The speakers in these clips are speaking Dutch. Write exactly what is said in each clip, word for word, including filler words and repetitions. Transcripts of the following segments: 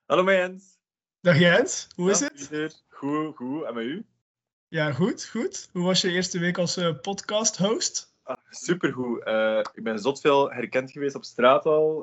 Hallo Jens. Dag Jens, hoe is Ja, het? Pieter. Goed, goed. En met u? Ja, goed, goed. Hoe was je eerste week als uh, podcast-host? Ah, supergoed. Uh, ik ben zot veel herkend geweest op straat al.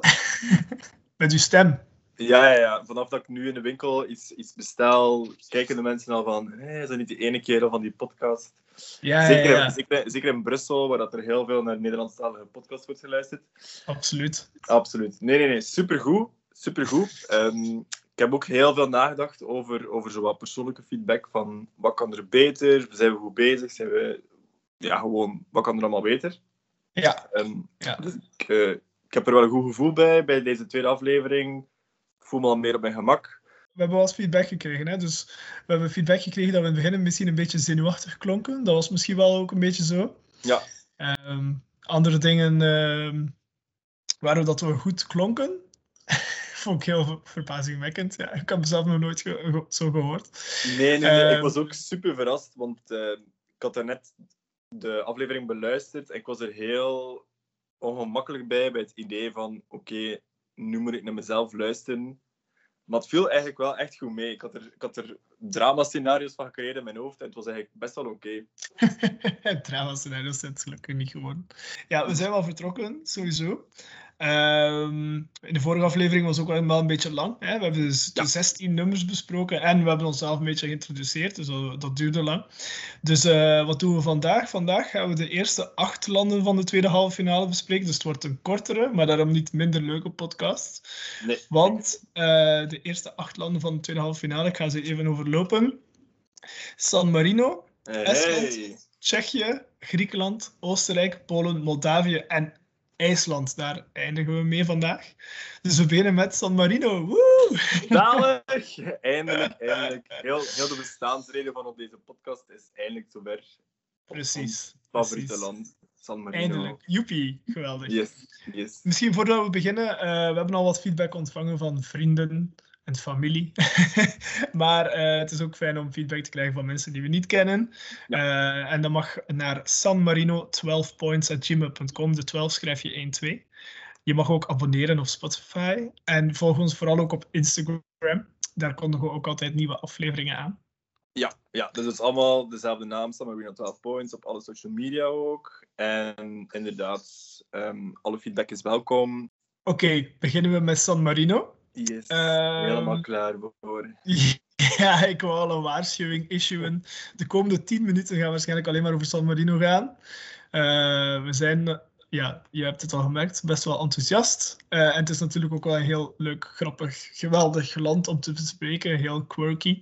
Met uw stem? Ja, ja, ja. Vanaf dat ik nu in de winkel iets, iets bestel, kijken de mensen al van, hé, is dat niet de ene keer van die podcast? Ja, zeker, ja, ja. Zeker, zeker in Brussel, waar dat er heel veel naar Nederlandstalige podcasts wordt geluisterd. Absoluut. Absoluut. Nee, nee, nee. Supergoed. Supergoed. Um, ik heb ook heel veel nagedacht over, over zo wat persoonlijke feedback van wat kan er beter, zijn we goed bezig, zijn we... Ja, gewoon, wat kan er allemaal beter? Ja. Um, ja. Dus ik, uh, ik heb er wel een goed gevoel bij, bij deze tweede aflevering. Ik voel me al meer op mijn gemak. We hebben wel eens feedback gekregen, hè? Dus we hebben feedback gekregen dat we in het begin misschien een beetje zenuwachtig klonken. Dat was misschien wel ook een beetje zo. Ja. Um, andere dingen uh, waren dat we goed klonken. Vond ik heel verbazingwekkend. Ja, ik heb mezelf nog nooit ge- ge- zo gehoord. Nee, nee, nee. Um, ik was ook super verrast, want uh, ik had daarnet de aflevering beluisterd en ik was er heel ongemakkelijk bij, bij het idee van, oké, okay, nu moet ik naar mezelf luisteren. Maar het viel eigenlijk wel echt goed mee. Ik had er, ik had er drama-scenario's van gecreëerd in mijn hoofd en het was eigenlijk best wel oké. Okay. Drama-scenario's zijn het gelukkig niet geworden. Ja, we zijn wel vertrokken, sowieso. Um, in de vorige aflevering was ook wel een beetje lang. Hè? We hebben dus ja. zestien nummers besproken en we hebben onszelf een beetje geïntroduceerd, dus dat, dat duurde lang. Dus uh, wat doen we vandaag? Vandaag gaan we de eerste acht landen van de tweede halve finale bespreken. Dus het wordt een kortere, maar daarom niet minder leuke podcast. Nee. Want uh, de eerste acht landen van de tweede halve finale, ik ga ze even overlopen. San Marino, hey. Estland, Tsjechië, Griekenland, Oostenrijk, Polen, Moldavië en IJsland. Daar eindigen we mee vandaag. Dus we beginnen met San Marino. Woe! Zalig! Eindelijk, eindelijk. Heel, heel de bestaansreden van op deze podcast is eindelijk zover. Precies. Favoriete precies. land, San Marino. Eindelijk. Joepie. Geweldig. Yes, yes. Misschien voordat we beginnen, uh, we hebben al wat feedback ontvangen van vrienden en familie. maar uh, het is ook fijn om feedback te krijgen van mensen die we niet kennen. Ja. Uh, en dat mag naar sanmarino twaalf points at gmail dot com. De twaalf schrijf je één twee. Je mag ook abonneren op Spotify. En volg ons vooral ook op Instagram. Daar kondigen we ook altijd nieuwe afleveringen aan. Ja, ja, dus het is allemaal dezelfde naam, Sanmarino twaalf points, op alle social media ook. En inderdaad, um, alle feedback is welkom. Oké, okay, beginnen we met San Marino. Yes, uh, helemaal klaar voor. Ja, ik wou al een waarschuwing issuen. De komende tien minuten gaan waarschijnlijk alleen maar over San Marino gaan. Uh, we zijn, ja, je hebt het al gemerkt, best wel enthousiast. Uh, en het is natuurlijk ook wel een heel leuk, grappig, geweldig land om te bespreken. Heel quirky.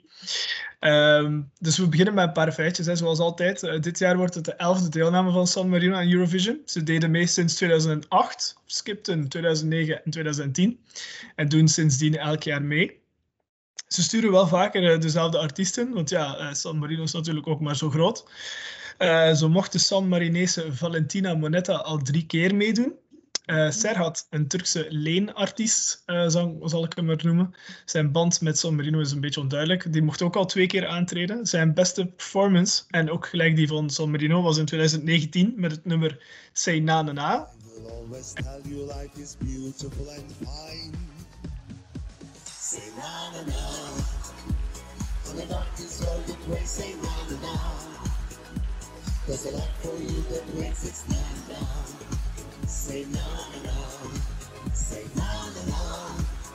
Um, dus we beginnen met een paar feitjes, hè, zoals altijd. Uh, dit jaar wordt het de elfde deelname van San Marino aan Eurovision. Ze deden mee sinds tweeduizend acht, skipten tweeduizend negen en tweeduizend tien en doen sindsdien elk jaar mee. Ze sturen wel vaker uh, dezelfde artiesten, want ja, uh, San Marino is natuurlijk ook maar zo groot. Uh, zo mocht de San Marinese Valentina Monetta al drie keer meedoen. Uh, Serhat, een Turkse leenartiest, uh, zal, zal ik hem maar noemen. Zijn band met San Marino is een beetje onduidelijk. Die mocht ook al twee keer aantreden. Zijn beste performance, en ook gelijk die van San Marino, was in tweeduizend negentien met het nummer Say Na Na Na. Say na na, say na na.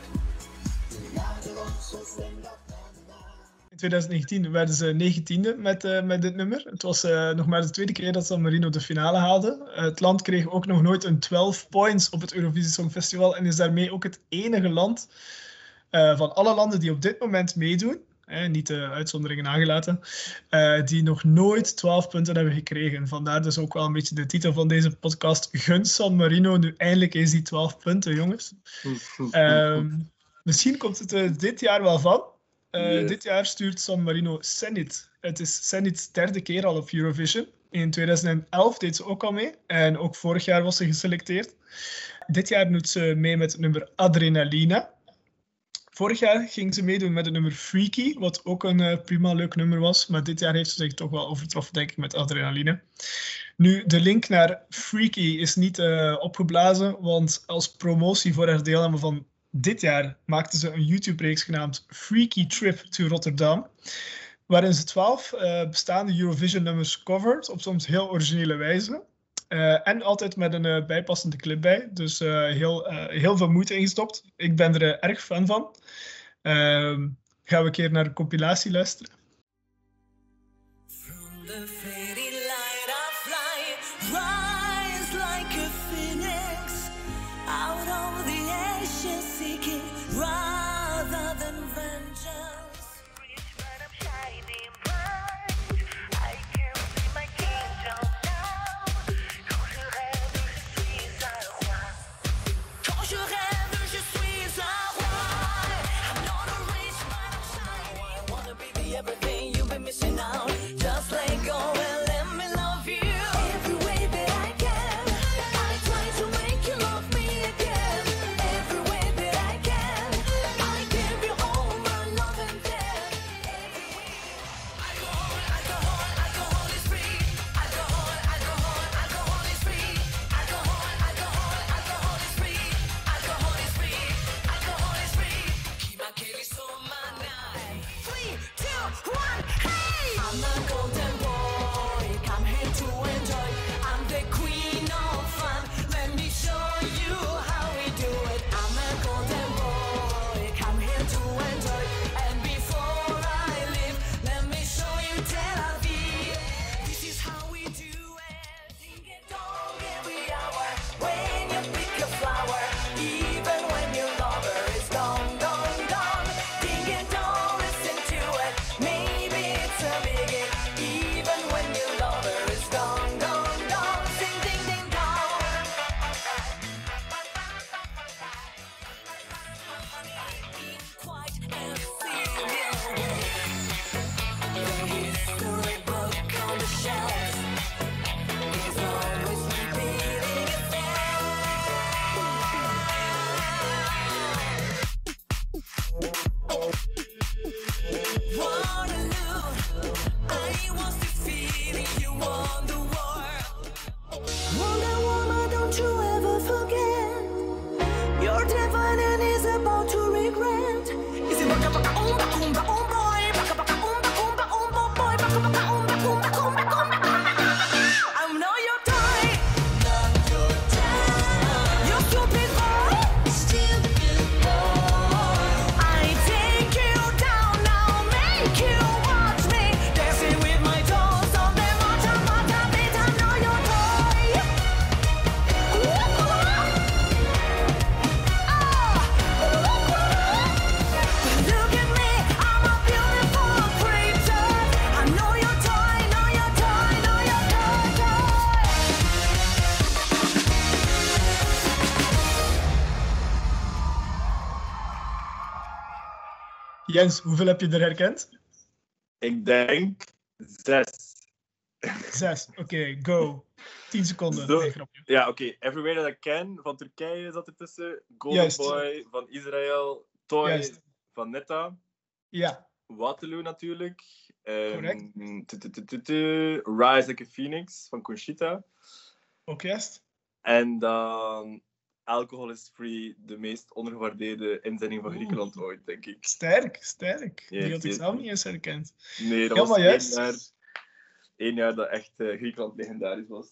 In tweeduizend negentien werden ze negentiende met, uh, met dit nummer. Het was uh, nog maar de tweede keer dat San Marino de finale haalde. Uh, het land kreeg ook nog nooit een twaalf points op het Eurovisie Songfestival en is daarmee ook het enige land uh, van alle landen die op dit moment meedoen, Eh, niet de uitzonderingen aangelaten, uh, die nog nooit twaalf punten hebben gekregen. Vandaar dus ook wel een beetje de titel van deze podcast. Gun San Marino nu eindelijk eens die twaalf punten, jongens. Um, misschien komt het uh, dit jaar wel van. Uh, yes. Dit jaar stuurt San Marino Zenit. Het is Zenit's derde keer al op Eurovision. In tweeduizend elf deed ze ook al mee. En ook vorig jaar was ze geselecteerd. Dit jaar doet ze mee met het nummer Adrenalina. Vorig jaar ging ze meedoen met het nummer Freaky, wat ook een uh, prima leuk nummer was. Maar dit jaar heeft ze zich toch wel overtroffen, denk ik, met Adrenaline. Nu, de link naar Freaky is niet uh, opgeblazen, want als promotie voor haar deelname van dit jaar maakten ze een YouTube-reeks genaamd Freaky Trip to Rotterdam, waarin ze twaalf uh, bestaande Eurovision-nummers covered op soms heel originele wijze. Uh, en altijd met een uh, bijpassende clip bij. Dus uh, heel, uh, heel veel moeite ingestopt. Ik ben er uh, erg fan van. Uh, gaan we een keer naar de compilatie luisteren. From the faded light I fly, rise like a phoenix, out of the ashes seeking rather than vengeance. Reach but I'm shining bright, I can see my kingdom now. Quand je rêve, je suis un roi. Quand je rêve, je suis un roi. I'm not a rich but I'm shining. I wanna be the everything you've been missing out. Just let go and let me love you. Every way that I can, I try to make you love me again. Every way that I can, I give you all my love and then. Every way. Alcohol, alcohol, alcohol is free. Alcohol, alcohol, alcohol is free. Alcohol, alcohol, alcohol is free. Alcohol is free. Alcohol is free. Keep my killing so my night. Three, two, one, hey! I'm the golden boy, come here to enjoy. I'm the queen of fun. Let me show you how we do it. I'm a golden boy, come here to enjoy. And before I leave, let me show you Tel Aviv. This is how we do it. Sing it dong every hour. When you pick a flower, even when your lover is gone, gone, gone. Ding it dong, listen to it. Maybe it's a biggie. Even when your lover is gone, gone, gone. Sing, ding, ding, dong. Quite a serious way. The history book on the shelf is always repeating itself. Waterloo, I was defeating you on the war. Wonder Woman, don't you ever forget. Your divine is about to regret. Is it baka baka umba kumba umboy? Baka baka umba kumba umbo boy? Baka baka umba kumba kumba kumba. I'm not your toy. Not your toy. You stupid boy. Stupid boy. I take you down now, make you watch me dancing with my toes on the mata mata beat. I'm not your toy. Look at me, I'm a beautiful creature. I know your toy, know your toy, know your toy, toy. Jens, hoeveel heb je er herkend? Ik denk zes. Zes. Oké, go. Tien seconden. Zo. Nee, grapje. Ja, oké. Everywhere That I Can van Turkije zat ertussen. Golden Juist. Boy van Israël. Toy Juist. van Netta. Ja, Waterloo natuurlijk. Ehm, Correct. tu- tu- tu- tu- tu, Rise Like a Phoenix van Conchita. ook juist. En dan Alcohol is Free, de meest ondergewaardeerde inzending van Oeh. Griekenland ooit, denk ik. Sterk, sterk. Die Yes, had ik yes. zelf niet eens herkend. Nee, dat Helemaal was één juist. jaar, één jaar dat echt eh, Griekenland legendarisch was.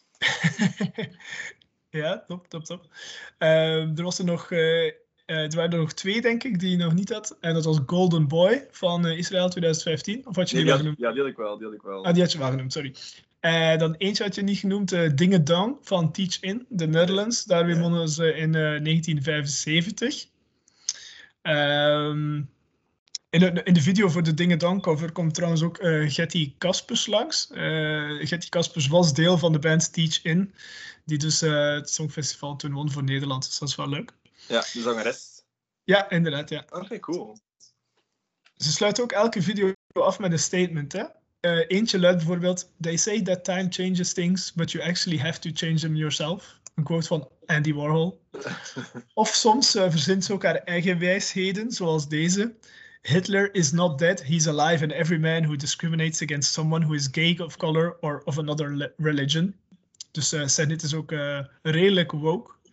Ja, top, top, top. Ehm, er, was er, nog, eh, eh, er waren er nog twee, denk ik, die je nog niet had. En dat was Golden Boy van eh, Israël twintig vijftien. Of had je Nee, die die wel had, genoemd? ja, die had ik wel, die had ik wel. Ah, die had je wel genoemd, sorry. Eh, dan eentje had je niet genoemd, eh Dingen Dong van Teach In, de Netherlands. Daarmee Ja. wonnen ze in eh, negentien vijfenzeventig. Ehm, in, de, in de video voor de Dingen Dong cover komt trouwens ook eh Getty Caspers langs. Eh Getty Caspers was deel van de band Teach In, die dus eh, het Songfestival toen won voor Nederland. Dus dat is wel leuk. Ja, de zangeres. Ja, inderdaad, ja. Oké, cool. Ze sluiten ook elke video af met een statement, hè. Uh, eentje luidt bijvoorbeeld: They say that time changes things, but you actually have to change them yourself. Een quote van Andy Warhol. Of soms uh, verzint ze ook haar eigen wijsheden, zoals deze. Hitler is not dead, he's alive, and every man who discriminates against someone who is gay, of color, or of another le- religion. Dus uh, Senit is ook uh, redelijk woke.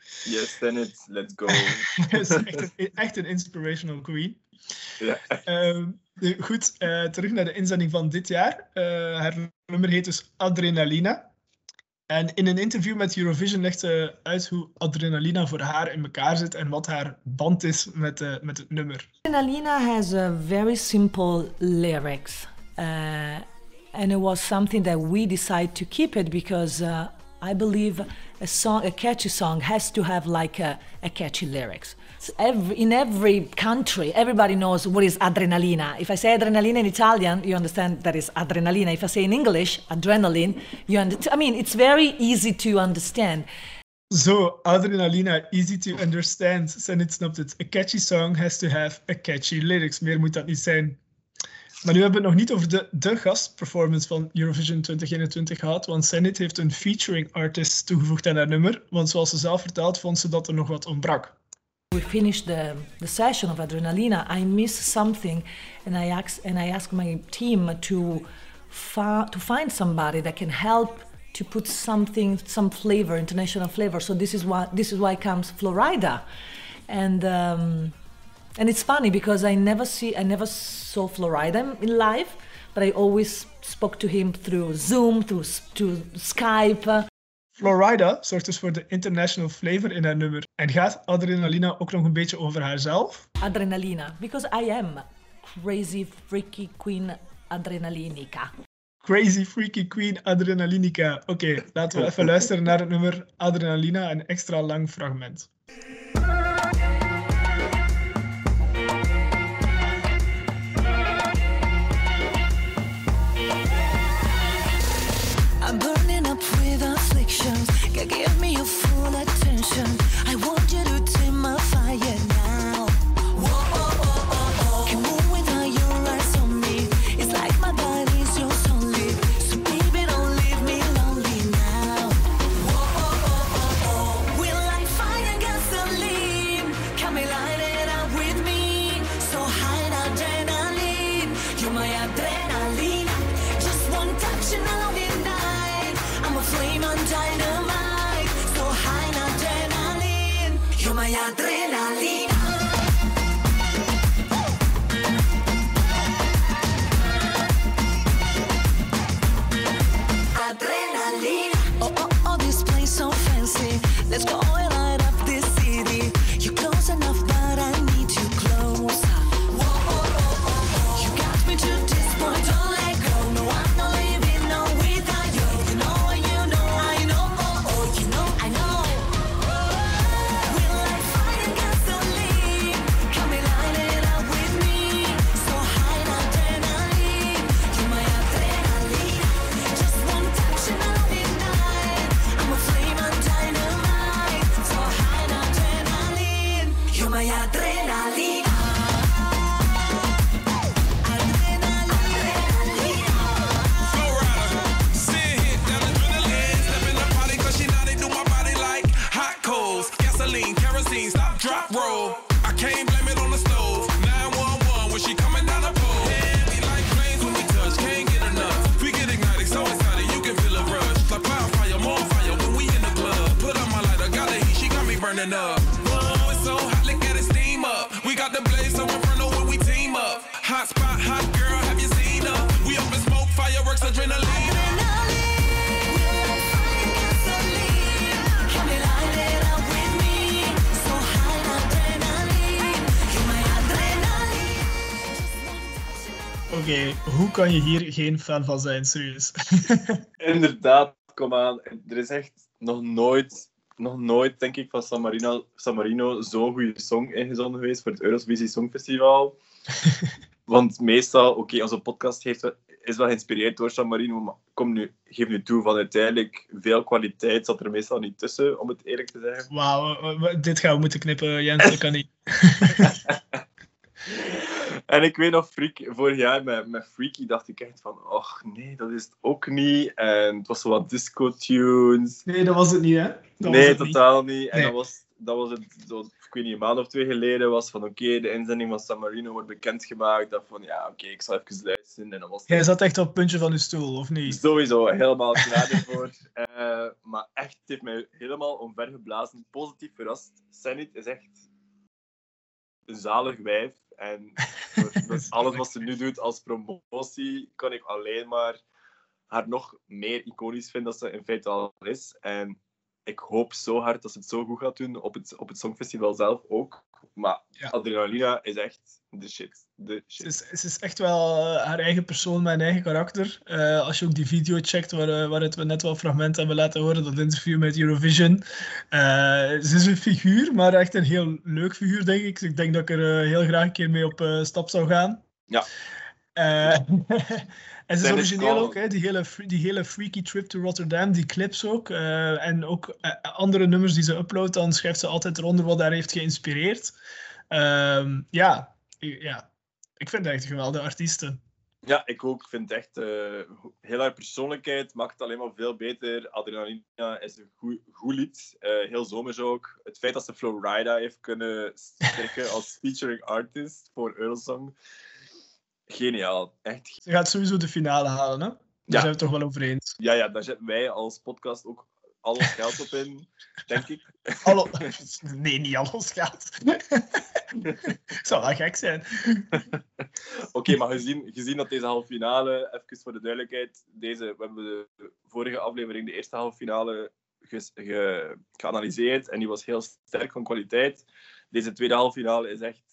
Yes, Senate, let's go. Dat is echt een, echt een inspirational queen. Ja. Um, nu, goed, uh, terug naar de inzending van dit jaar. Uh, haar nummer heet dus Adrenalina. En in een interview met Eurovision legt ze uit hoe Adrenalina voor haar in elkaar zit en wat haar band is met, uh, met het nummer. Adrenalina has a very simple lyrics. Uh, and it was something that we decided to keep it because uh, I believe a song, a catchy song has to have like a, a catchy lyrics. So every, in every country, everybody knows what is adrenalina. If I say adrenalina in Italian, you understand that is adrenalina. If I say in English, adrenaline, you understand. I mean, it's very easy to understand. Zo, Adrenalina, easy to understand. Senit snapt het. A catchy song has to have a catchy lyrics. Meer moet dat niet zijn. Maar nu hebben we het nog niet over de, de gastperformance van Eurovision twintig eenentwintig gehad, want Senit heeft een featuring artist toegevoegd aan haar nummer, want zoals ze zelf vertelt, vond ze dat er nog wat ontbrak. We finished the, the session of Adrenalina. I missed something, and I asked and I asked my team to fa- to find somebody that can help to put something, some flavor, international flavor. So this is why this is why comes Florida, and. Um, And it's funny because I never see, I never saw Florida in live, but I always spoke to him through Zoom, through, through Skype. Florida zorgt dus voor de international flavor in haar nummer. En gaat Adrenalina ook nog een beetje over haarzelf? Adrenalina, because I am crazy freaky queen adrenalinica. Crazy freaky queen adrenalinica. Oké, okay, laten we even luisteren naar het nummer Adrenalina, een extra lang fragment. Give me your full attention. I want you to tame my fire now. Whoa, oh, oh, oh, oh. Keep moving how your eyes on me. It's like my body's your solid. So baby, don't leave me lonely now. Whoa, oh, oh, oh, oh. We like fire gasoline. Come and light it up with me. So high in adrenaline. You're my adrenaline. Just one touch and I'll be night. I'm a flame on dynamite. You're my adrenalina. Adrenalina. Oh, oh, oh, this place so fancy. Let's go and light up this city. You're close enough, but I need you closer. Whoa, oh, oh, oh, oh. You got me to this point, don't let go. No, I'm not leaving, no, without you. You know, you know, I know, oh, oh, you know, I know. My adrenalina. Kerosene, stop, drop, roll. I can't blame it on the stove. nine one one when she coming down the pole. Heavy like flames when we touch, can't get enough. We get ignited, so excited, you can feel a rush. Like fire, fire, more fire when we in the club. Put on my lighter, got the heat, she got me burning up. Oh, it's so hot, look at it steam up. We got the blaze, so in front of when we team up. Hot spot, hot girl, have you seen her? We up in smoke, fireworks, adrenaline. Oké, okay, hoe kan je hier geen fan van zijn, serieus? Inderdaad, kom aan. Er is echt nog nooit, nog nooit denk ik, van San Marino, San Marino zo'n goede song ingezonden geweest voor het Eurovisie Songfestival. Want meestal, oké, okay, onze podcast heeft, is wel geïnspireerd door San Marino, maar kom nu, geef nu toe van uiteindelijk veel kwaliteit zat er meestal niet tussen, om het eerlijk te zeggen. Wauw, dit gaan we moeten knippen, Jens, dat kan niet. En ik weet nog, Freak, vorig jaar met, met Freaky dacht ik echt van, och nee, dat is het ook niet. En het was zo wat disco-tunes. Nee, dat was het niet, hè? Dat nee, het totaal niet. niet. En nee. dat was dat was het, zo, ik weet niet, een maand of twee geleden, was van oké, okay, de inzending van San Marino wordt bekendgemaakt. Dat van ja, oké, okay, ik zal even luisteren. En dan was het... Jij zat echt op het puntje van je stoel, of niet? Sowieso, helemaal klaar ervoor. uh, maar echt, het heeft mij helemaal omvergeblazen. Positief verrast. Sanit is echt een zalig wijf. En voor, voor alles wat ze nu doet als promotie, kan ik alleen maar haar nog meer iconisch vinden dan ze in feite al is. En ik hoop zo hard dat ze het zo goed gaat doen op het, op het Songfestival zelf ook. Maar ja. Adrenalina is echt de shit. De shit. Ze, is, ze is echt wel uh, haar eigen persoon met een eigen karakter. Uh, als je ook die video checkt waar, uh, waaruit we net wel fragmenten hebben laten horen, dat interview met Eurovision. Uh, ze is een figuur, maar echt een heel leuk figuur, denk ik. Dus ik denk dat ik er uh, heel graag een keer mee op uh, stap zou gaan. Ja. Uh, en ze is origineel ook, hè, die, hele, die hele freaky trip to Rotterdam, die clips ook. Uh, en ook uh, andere nummers die ze uploadt, dan schrijft ze altijd eronder wat haar heeft geïnspireerd. Uh, ja, ja, ik vind het echt een geweldige artieste. Ja, ik ook. Ik vind het echt... Uh, heel haar persoonlijkheid maakt het alleen maar veel beter. Adrenalina is een goed, goed lied. Uh, heel zomers ook. Het feit dat ze Flowrida heeft kunnen strikken als featuring artist voor Eurosong. Geniaal, echt. Ze gaat sowieso de finale halen, hè? Daar ja. zijn we het toch wel over eens. Ja, ja, daar zetten wij als podcast ook al ons geld op in, denk ik. Allo... Nee, niet al ons geld. Zou wel gek zijn. Oké, okay, maar gezien, gezien dat deze halve finale, even voor de duidelijkheid, deze, we hebben de vorige aflevering, de eerste halve finale, ge, ge, geanalyseerd en die was heel sterk van kwaliteit. Deze tweede halve finale is echt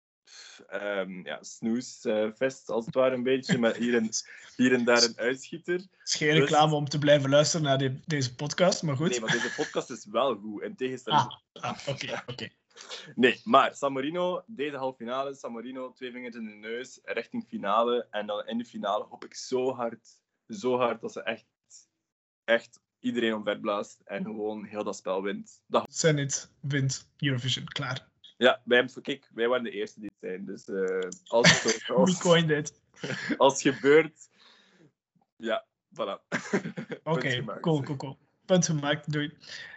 Um, ja, snoesfest, uh, als het ware een beetje, met hier en, hier en daar een uitschieter. Het is geen reclame dus... om te blijven luisteren naar die, deze podcast, maar goed. Nee, maar deze podcast is wel goed, in tegenstelling... Ah, ah oké, okay, oké. Okay. Nee, maar San Marino, deze halve finale, San Marino, twee vingers in de neus, richting finale, en dan in de finale hoop ik zo hard, zo hard, dat ze echt, echt iedereen omverblaast en gewoon heel dat spel wint. Dat... Sanit wint Eurovision, klaar. Ja, wij, hebben, kijk, wij waren de eerste die het zijn. Dus uh, als het zo, als, als het gebeurt... Ja, voilà. Oké, okay, cool, cool, cool. Punt gemaakt, doei.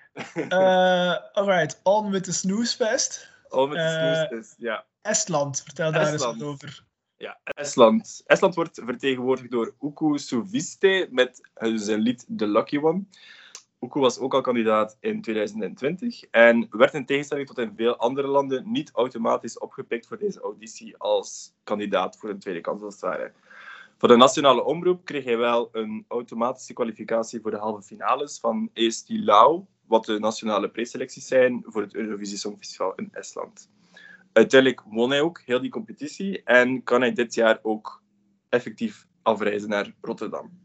Uh, alright, on with the snoesfest. On with the uh, snoesfest, ja. Estland, vertel daar Estland. eens wat over. Ja, Estland. Estland wordt vertegenwoordigd door Uku Suviste met zijn lied The Lucky One. Uku was ook al kandidaat in tweeduizend twintig en werd in tegenstelling tot in veel andere landen niet automatisch opgepikt voor deze auditie als kandidaat voor een tweede kans als het ware. Voor de nationale omroep kreeg hij wel een automatische kwalificatie voor de halve finales van Eesti Laul, wat de nationale preselecties zijn voor het Eurovisie Songfestival in Estland. Uiteindelijk won hij ook heel die competitie en kan hij dit jaar ook effectief afreizen naar Rotterdam.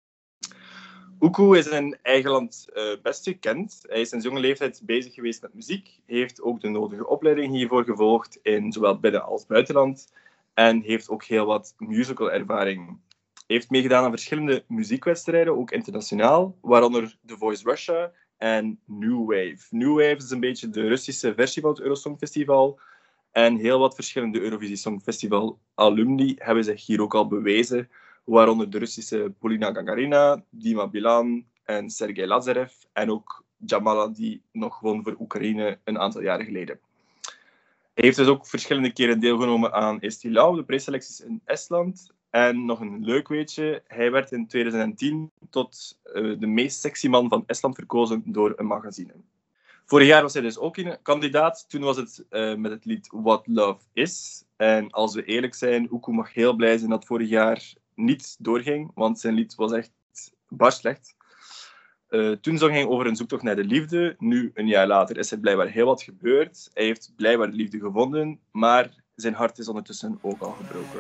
Uku is in eigen land uh, best gekend. Hij is sinds jonge leeftijd bezig geweest met muziek, heeft ook de nodige opleiding hiervoor gevolgd in zowel binnen- als buitenland en heeft ook heel wat musical-ervaring. Hij heeft meegedaan aan verschillende muziekwedstrijden, ook internationaal, waaronder The Voice Russia en New Wave. New Wave is een beetje de Russische versie van het Eurosongfestival en heel wat verschillende Eurovisie Songfestival alumni hebben zich hier ook al bewezen, waaronder de Russische Polina Gagarina, Dima Bilan en Sergei Lazarev en ook Jamala, die nog won voor Oekraïne een aantal jaren geleden. Hij heeft dus ook verschillende keren deelgenomen aan Eesti Laul, de preselecties in Estland. En nog een leuk weetje, hij werd in tweeduizend tien tot uh, de meest sexy man van Estland verkozen door een magazine. Vorig jaar was hij dus ook een kandidaat. Toen was het uh, met het lied What Love Is. En als we eerlijk zijn, Uku mag heel blij zijn dat vorig jaar niet doorging, want zijn lied was echt bar slecht. Uh, toen zong hij over een zoektocht naar de liefde. Nu, een jaar later, is er blijkbaar heel wat gebeurd. Hij heeft blijkbaar de liefde gevonden, maar zijn hart is ondertussen ook al gebroken.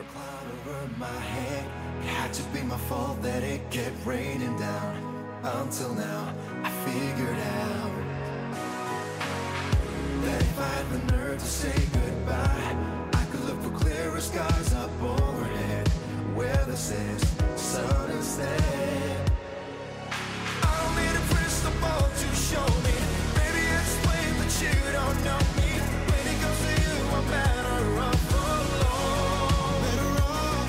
Where the sun is there. I don't need a crystal ball to show me. Maybe explain that you don't know me. When it comes to you, I'm better off alone. Better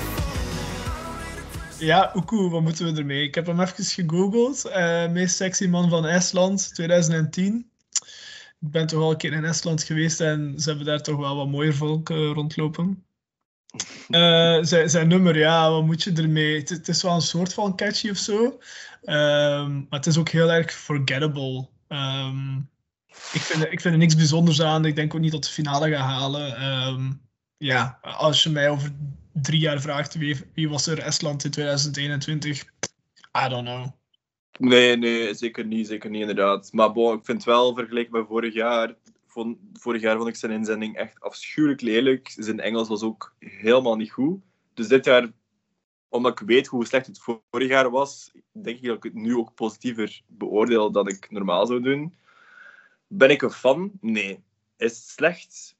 off. Ja, Uku, wat moeten we ermee? Ik heb hem even gegoogeld. Uh, meest sexy man van Estland, tweeduizend tien. ben toch al een keer in Estland geweest en ze hebben daar toch wel wat mooier volk uh, rondlopen. Uh, zijn, zijn nummer, ja, wat moet je ermee? Het, het is wel een soort van catchy of zo. Um, maar het is ook heel erg forgettable. Um, ik, vind, ik vind er niks bijzonders aan. Ik denk ook niet dat de finale gaat halen. Um, ja, als je mij over drie jaar vraagt wie, wie was er Estland in twintig eenentwintig, I don't know. Nee, nee, zeker niet, zeker niet inderdaad. Maar bon, ik vind het wel vergeleken met vorig jaar. Vond, vorig jaar vond ik zijn inzending echt afschuwelijk lelijk. Zijn Engels was ook helemaal niet goed. Dus dit jaar, omdat ik weet hoe slecht het vorig jaar was, denk ik dat ik het nu ook positiever beoordeel dan ik normaal zou doen. Ben ik een fan? Nee. Is het slecht?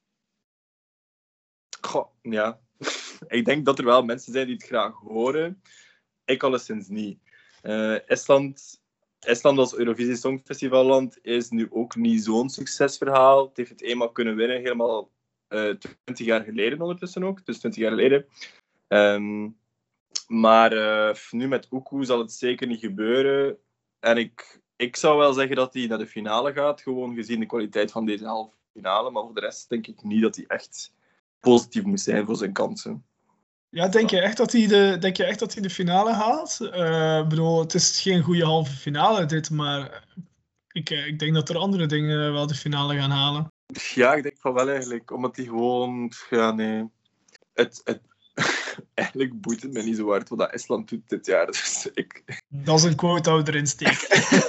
Goh, ja. Ik denk dat er wel mensen zijn die het graag horen. Ik alleszins niet. Uh, Estland, Estland als Eurovisie Songfestivalland is nu ook niet zo'n succesverhaal. Het heeft het eenmaal kunnen winnen, helemaal uh, twintig jaar geleden ondertussen ook. Dus twintig jaar geleden. Um, maar uh, nu met Uku zal het zeker niet gebeuren. En ik, ik zou wel zeggen dat hij naar de finale gaat, gewoon gezien de kwaliteit van deze halve finale. Maar voor de rest denk ik niet dat hij echt positief moet zijn voor zijn kansen. Ja, denk je echt dat hij de, denk je echt dat hij de finale haalt? Uh, ik bedoel, het is geen goede halve finale dit, maar ik, ik denk dat er andere dingen wel de finale gaan halen. Ja, ik denk van wel eigenlijk, omdat hij gewoon, ja nee, het, het, eigenlijk boeit het me niet zo hard wat dat Estland doet dit jaar. Dus ik... Dat is een quote dat we erin steken.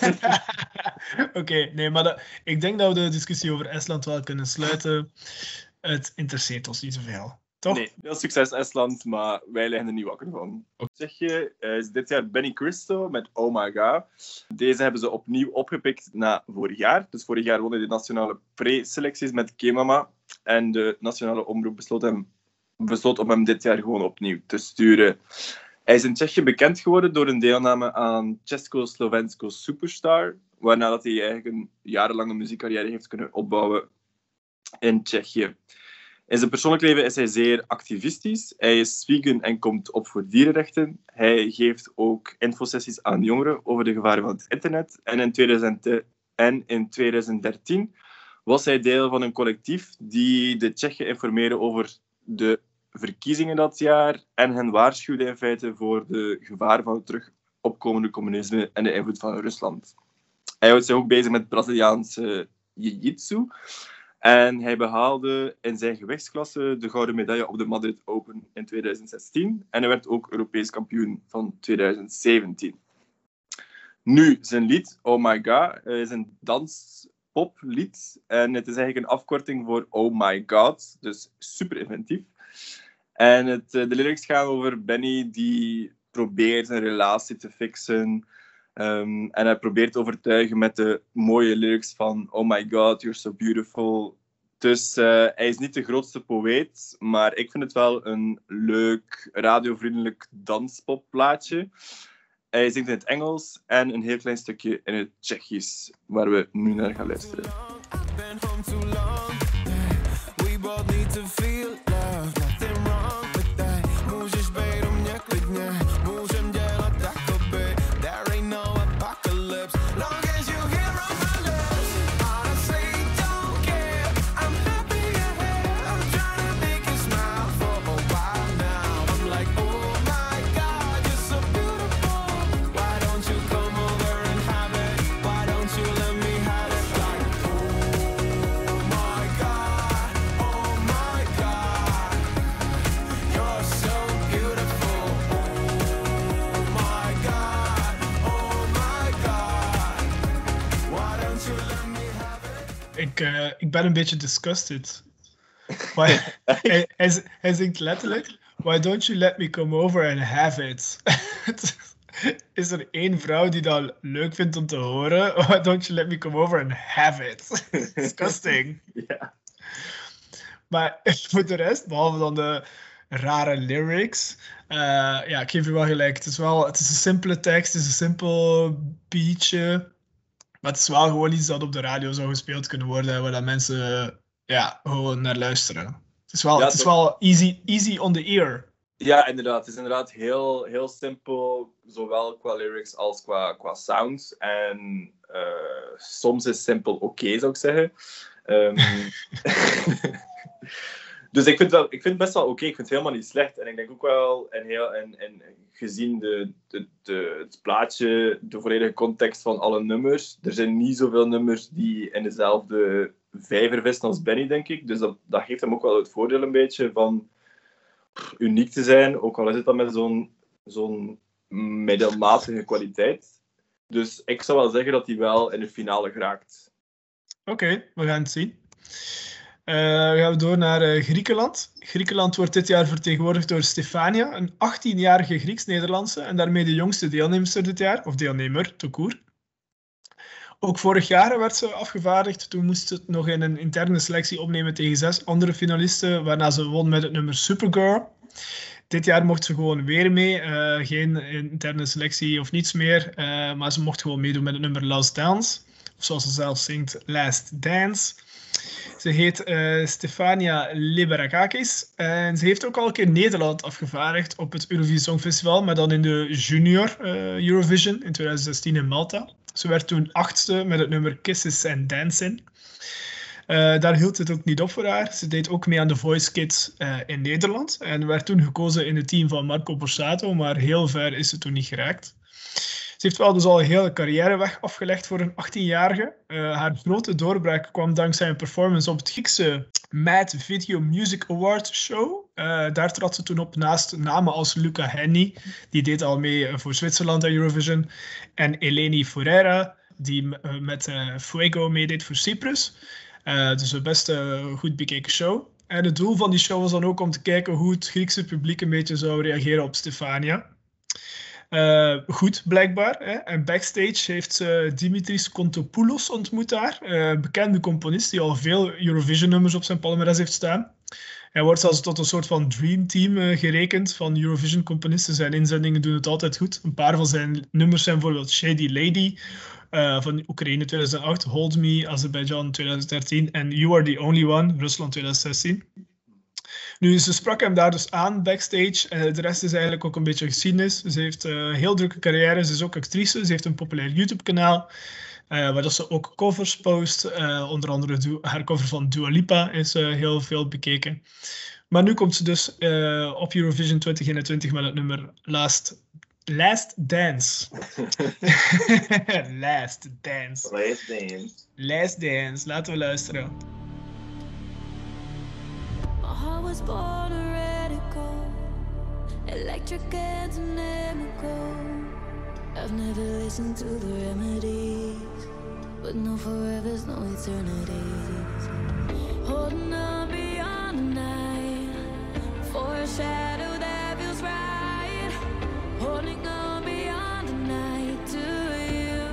Oké, okay, nee, maar dat, ik denk dat we de discussie over Estland wel kunnen sluiten. Het interesseert ons niet zoveel. Toch? Nee, veel succes Estland, maar wij liggen er niet wakker van. Tsjechië is dit jaar Benny Cristo met Oh My God. Deze hebben ze opnieuw opgepikt na vorig jaar. Dus vorig jaar won hij de nationale pre-selecties met K-Mama. En de nationale omroep besloot, hem, besloot om hem dit jaar gewoon opnieuw te sturen. Hij is in Tsjechië bekend geworden door een deelname aan Česko-Slovensko Superstar. Waarna dat hij eigenlijk een jarenlange muziekcarrière heeft kunnen opbouwen in Tsjechië. In zijn persoonlijk leven is hij zeer activistisch. Hij is vegan en komt op voor dierenrechten. Hij geeft ook infosessies aan jongeren over de gevaren van het internet. En in, tweeduizend, en in tweeduizend dertien was hij deel van een collectief die de Tsjechen informeerde over de verkiezingen dat jaar en hen waarschuwde in feite voor de gevaren van het terug opkomende communisme en de invloed van Rusland. Hij houdt zich ook bezig met Braziliaanse jiu-jitsu. En hij behaalde in zijn gewichtsklasse de gouden medaille op de Madrid Open in tweeduizend zestien. En hij werd ook Europees kampioen van tweeduizend zeventien. Nu, zijn lied Oh My God is een danspoplied. En het is eigenlijk een afkorting voor Oh My God. Dus super inventief. En het, de lyrics gaan over Benny die probeert zijn relatie te fixen. Um, en hij probeert te overtuigen met de mooie lyrics van Oh my God, you're so beautiful. Dus uh, hij is niet de grootste poëet, maar ik vind het wel een leuk, radiovriendelijk danspopplaatje. Hij zingt in het Engels en een heel klein stukje in het Tsjechisch, waar we nu naar gaan luisteren. Ik, uh, ik ben een beetje disgusted. Why, hij, hij, hij zingt letterlijk: Why don't you let me come over and have it? Is er één vrouw die dat leuk vindt om te horen? Why don't you let me come over and have it? Disgusting. Ja. Maar voor de rest, behalve dan de rare lyrics, uh, ja, ik geef je wel gelijk. Het is, wel, het is een simpele tekst, het is een simpel beatje. Maar het is wel gewoon iets dat op de radio zou gespeeld kunnen worden, waar dat mensen ja, gewoon naar luisteren. Het is wel, ja, het is wel easy, easy on the ear. Ja, inderdaad. Het is inderdaad heel, heel simpel, zowel qua lyrics als qua, qua sounds. En uh, soms is simpel oké, okay, zou ik zeggen. Um, dus ik vind, wel, ik vind het best wel oké, okay. Ik vind het helemaal niet slecht. En ik denk ook wel, en, heel, en, en gezien de, de, de, het plaatje, de volledige context van alle nummers, er zijn niet zoveel nummers die in dezelfde vijver vissen als Benny, denk ik. Dus dat, dat geeft hem ook wel het voordeel een beetje van pff, uniek te zijn, ook al is het dan met zo'n, zo'n middelmatige kwaliteit. Dus ik zou wel zeggen dat hij wel in de finale geraakt. Oké, okay, we gaan het zien. Uh, gaan we door naar uh, Griekenland. Griekenland wordt dit jaar vertegenwoordigd door Stefania, een achttienjarige Grieks-Nederlandse en daarmee de jongste deelnemster dit jaar, of deelnemer, tout court. Ook vorig jaar werd ze afgevaardigd. Toen moest ze het nog in een interne selectie opnemen tegen zes andere finalisten, waarna ze won met het nummer Supergirl. Dit jaar mocht ze gewoon weer mee. Uh, geen interne selectie of niets meer, uh, maar ze mocht gewoon meedoen met het nummer Last Dance. Of zoals ze zelf zingt, Last Dance. Ze heet uh, Stefania Liberakakis. En ze heeft ook al een keer Nederland afgevaardigd op het Eurovisie Songfestival, maar dan in de Junior uh, Eurovision in twintig zestien in Malta. Ze werd toen achtste met het nummer Kisses and Dancing. Uh, daar hield het ook niet op voor haar. Ze deed ook mee aan The Voice Kids uh, in Nederland. En werd toen gekozen in het team van Marco Borsato, maar heel ver is ze toen niet geraakt. Ze heeft wel dus al een hele carrièreweg afgelegd voor een achttienjarige. Uh, haar grote doorbraak kwam dankzij een performance op het Griekse Mad Video Music Awards show. Uh, daar trad ze toen op naast namen als Luca Henny, die deed al mee voor Zwitserland aan Eurovision, en Eleni Foureira, die uh, met uh, Fuego meedeed voor Cyprus. Uh, dus een best uh, goed bekeken show. En het doel van die show was dan ook om te kijken hoe het Griekse publiek een beetje zou reageren op Stefania. Uh, goed, blijkbaar. Hè? En backstage heeft ze Dimitris Kontopoulos ontmoet daar. Uh, een bekende componist die al veel Eurovision-nummers op zijn palmares heeft staan. Hij wordt zelfs tot een soort van dreamteam uh, gerekend van Eurovision-componisten. Zijn inzendingen doen het altijd goed. Een paar van zijn nummers zijn bijvoorbeeld Shady Lady uh, van Oekraïne tweeduizend acht, Hold Me, Azerbeidzjan tweeduizend dertien en You Are The Only One, Rusland tweeduizend zestien. Nu, ze sprak hem daar dus aan backstage. En de rest is eigenlijk ook een beetje geschiedenis. Ze heeft een uh, heel drukke carrière. Ze is ook actrice. Ze heeft een populair YouTube-kanaal. Uh, waar dat ze ook covers post. Uh, onder andere du- haar cover van Dua Lipa is uh, heel veel bekeken. Maar nu komt ze dus uh, op Eurovision twintig eenentwintig met het nummer Last, Last Dance. Last Dance. Last Dance. Last Dance. Laten we luisteren. I was born a radical, electric and dynamical. I've never listened to the remedies, but no forever's, no eternities. Holding on beyond the night, for a shadow that feels right. Holding on beyond the night to you.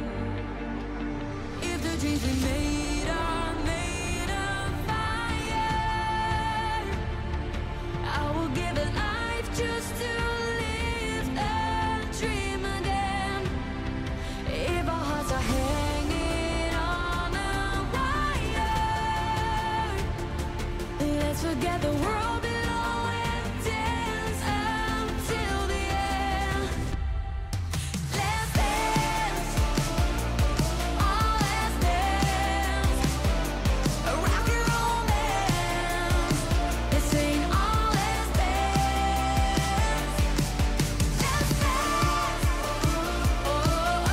If the dreams we made are made of fire, I will give it life just to live the dream again. If our hearts are hanging on a wire, let's forget the world below and dance until the end. Let's dance, oh let's dance, a rock and roll dance. This ain't all, let's dance. Let's dance, oh, oh,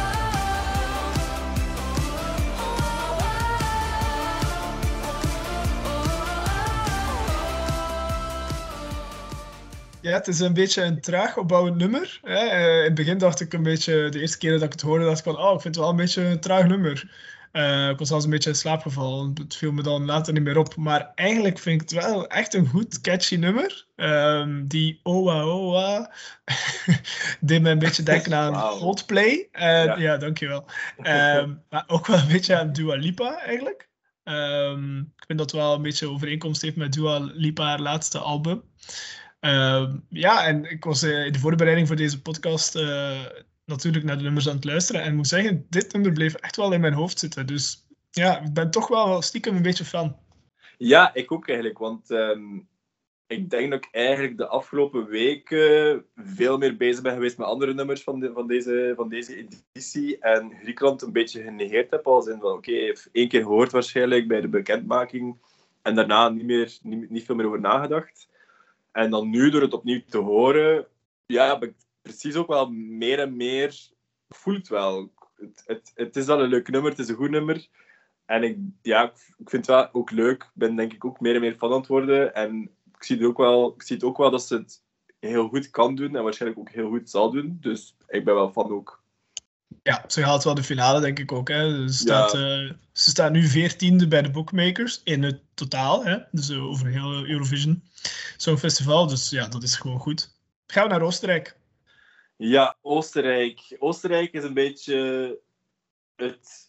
Ja, het is een beetje een traag opbouwend nummer. Hè. Uh, in het begin dacht ik een beetje, de eerste keer dat ik het hoorde, dacht ik van, oh, ik vind het wel een beetje een traag nummer. Uh, ik was zelfs een beetje in slaap gevallen. Het viel me dan later niet meer op. Maar eigenlijk vind ik het wel echt een goed, catchy nummer. Um, die Owa Owa deed me een beetje denken aan Wow. Coldplay. Uh, ja. Ja. dankjewel. Um, maar ook wel een beetje aan Dua Lipa, eigenlijk. Um, ik vind dat het wel een beetje overeenkomst heeft met Dua Lipa, haar laatste album. Um, ja, en ik was uh, in de voorbereiding voor deze podcast uh, natuurlijk naar de nummers aan het luisteren. En ik moet zeggen, dit nummer bleef echt wel in mijn hoofd zitten. Dus ja, ik ben toch wel stiekem een beetje fan. Ja, ik ook eigenlijk. Want um, ik denk dat ik eigenlijk de afgelopen weken veel meer bezig ben geweest met andere nummers van, de, van, deze, van deze editie. En Griekenland een beetje genegeerd heb. Als in van, oké, okay, hij heeft één keer gehoord waarschijnlijk bij de bekendmaking. En daarna niet, meer, niet, niet veel meer over nagedacht. En dan nu, door het opnieuw te horen, ja, heb ik precies ook wel meer en meer... voel het wel. Het, het, het is wel een leuk nummer, het is een goed nummer. En ik, ja, ik vind het wel ook leuk. Ik ben denk ik ook meer en meer fan aan het worden. En ik zie het ook wel, ik zie het ook wel dat ze het heel goed kan doen. En waarschijnlijk ook heel goed zal doen. Dus ik ben wel fan ook. Ja, ze haalt wel de finale, denk ik ook. Hè. Ze, staat, Ja. uh, ze staat nu veertiende bij de bookmakers in het totaal. Hè. Dus uh, over heel Eurovision Songfestival. Dus ja, dat is gewoon goed. Gaan we naar Oostenrijk. Ja, Oostenrijk. Oostenrijk is een beetje het...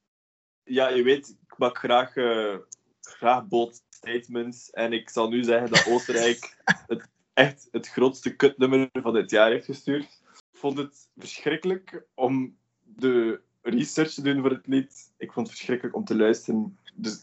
Ja, je weet, ik maak graag, uh, graag bold statements. En ik zal nu zeggen dat Oostenrijk het, echt het grootste kutnummer van dit jaar heeft gestuurd. Ik vond het verschrikkelijk om de research te doen voor het lied. Ik vond het verschrikkelijk om te luisteren. Dus...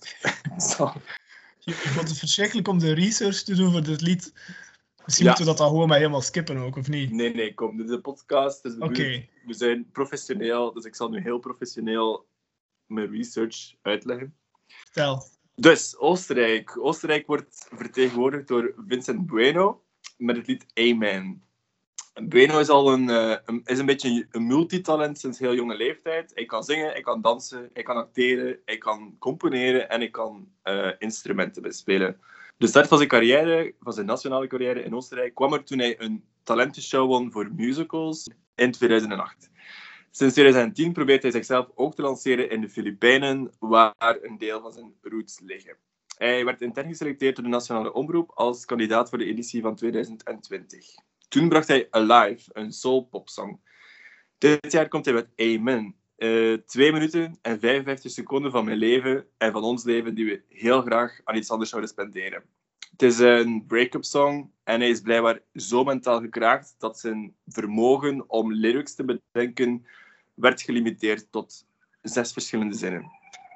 je, je vond het verschrikkelijk om de research te doen voor dit lied. Misschien Ja. moeten we dat dan gewoon maar helemaal skippen ook, of niet? Nee, nee, kom. Dit is een podcast. Dus we, Oké. doen- we zijn professioneel. Dus ik zal nu heel professioneel mijn research uitleggen. Vertel. Dus, Oostenrijk. Oostenrijk wordt vertegenwoordigd door Vincent Bueno met het lied Amen. Bueno is al een, uh, een, is een beetje een multitalent sinds heel jonge leeftijd. Hij kan zingen, hij kan dansen, hij kan acteren, hij kan componeren en hij kan uh, instrumenten bespelen. De start van zijn carrière, van zijn nationale carrière in Oostenrijk, kwam er toen hij een talentenshow won voor musicals in tweeduizend acht. Sinds tweeduizend tien probeert hij zichzelf ook te lanceren in de Filipijnen, waar een deel van zijn roots liggen. Hij werd intern geselecteerd door de Nationale Omroep als kandidaat voor de editie van tweeduizend twintig. Toen bracht hij Alive, een soul-popsong. Dit jaar komt hij met Amen. Uh, twee minuten en vijfenvijftig seconden van mijn leven en van ons leven die we heel graag aan iets anders zouden spenderen. Het is een break-up song en hij is blijkbaar zo mentaal gekraakt dat zijn vermogen om lyrics te bedenken werd gelimiteerd tot zes verschillende zinnen.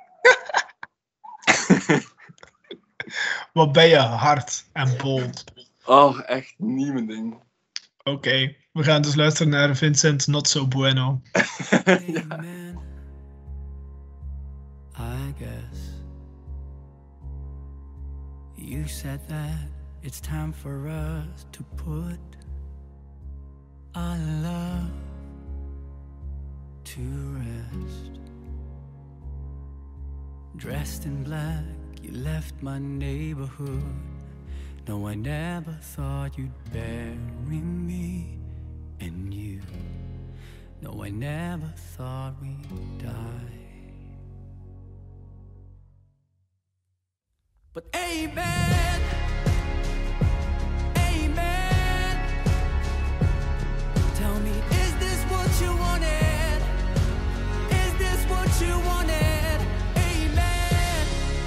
Wat ben je hard en bold. Oh, echt niet mijn ding. Oké, okay. We gaan dus luisteren naar Vincent Not So Bueno. Amen. I guess you said that it's time for us to put our love to rest. Dressed in black, you left my neighborhood. No, I never thought you'd bury me and you. No, I never thought we'd die. But amen, amen. Tell me, is this what you wanted? Is this what you wanted? Amen,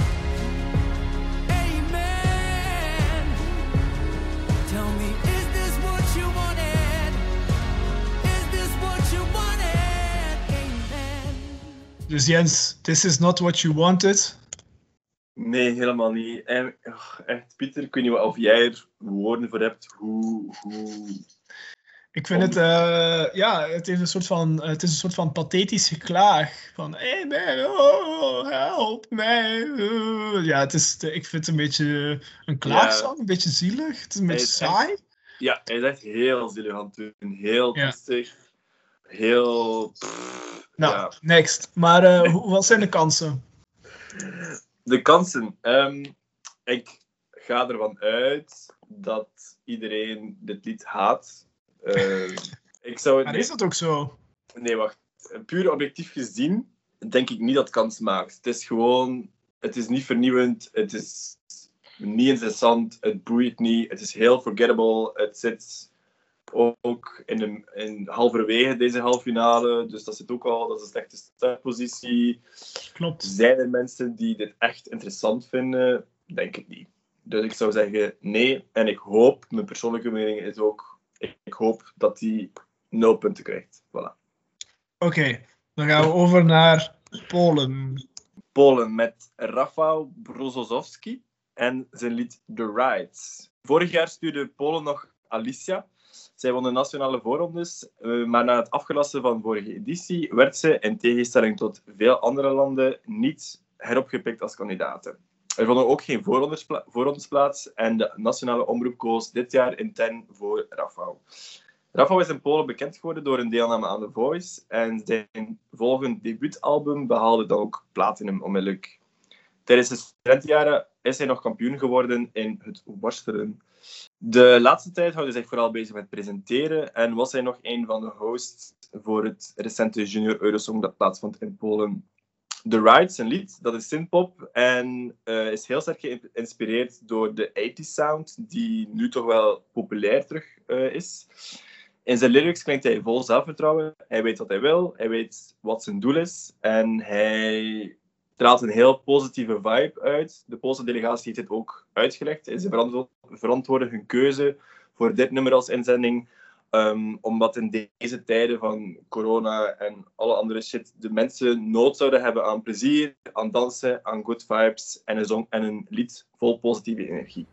amen. Tell me, is this what you wanted? Is this what you wanted? Amen. Dus Jens, this is not what you wanted. Nee, helemaal niet. En, oh, echt, Pieter, ik weet niet of jij er woorden voor hebt. Hoe... hoe... Ik vind het, uh, ja, het is een soort van, het is een soort van pathetisch geklaag. Van, hé, hey, oh, help mij. Uh. Ja, het is, ik vind het een beetje een klaagzang, Ja. een beetje zielig. Het is een Hij beetje is echt- saai. Ja, hij is echt heel zielig aan het doen. Heel Ja. triestig. Heel... pff, Nou, ja. next. Maar uh, hoe- wat zijn de kansen? De kansen. Ehm, ik ga ervan uit dat iedereen dit lied haat. Ehm, ik zou het... Maar is dat ook zo? Nee, wacht. Puur objectief gezien denk ik niet dat het kans maakt. Het is gewoon... Het is niet vernieuwend. Het is niet interessant. Het boeit niet. Het is heel forgettable. Het zit ook in, de, in halverwege deze halve finale. Dus dat zit ook al... Dat is een slechte startpositie. Klopt. Zijn er mensen die dit echt interessant vinden? Denk ik niet. Dus ik zou zeggen nee. En ik hoop, mijn persoonlijke mening is ook... Ik hoop dat hij nul punten krijgt. Voilà. Oké, okay, dan gaan we over naar Polen. Polen met Rafał Brzozowski en zijn lied The Rides. Vorig jaar stuurde Polen nog Alicia. Zij won de nationale voorrondes, uh, maar na het afgelasten van de vorige editie werd ze, in tegenstelling tot veel andere landen, niet heropgepikt als kandidaten. Er vonden ook geen voorrondespla- voorrondes plaats en de nationale omroep koos dit jaar intern voor Rafał. Rafał is in Polen bekend geworden door een deelname aan The Voice en zijn volgend debuutalbum behaalde dan ook platinum onmiddellijk. Tijdens de studentenjaren is hij nog kampioen geworden in het worstelen. De laatste tijd houdt hij zich vooral bezig met presenteren en was hij nog een van de hosts voor het recente Junior Eurosong dat plaatsvond in Polen. The Ride, zijn lied, dat is synthpop en uh, is heel sterk geïnspireerd door de tachtig sound, die nu toch wel populair terug uh, is. In zijn lyrics klinkt hij vol zelfvertrouwen. Hij weet wat hij wil, hij weet wat zijn doel is en hij straalt een heel positieve vibe uit. De Poolse delegatie heeft dit ook uitgelegd. Ze verantwo- verantwoorden hun keuze voor dit nummer als inzending, um, omdat in deze tijden van corona en alle andere shit de mensen nood zouden hebben aan plezier, aan dansen, aan good vibes en een, song, en een lied vol positieve energie.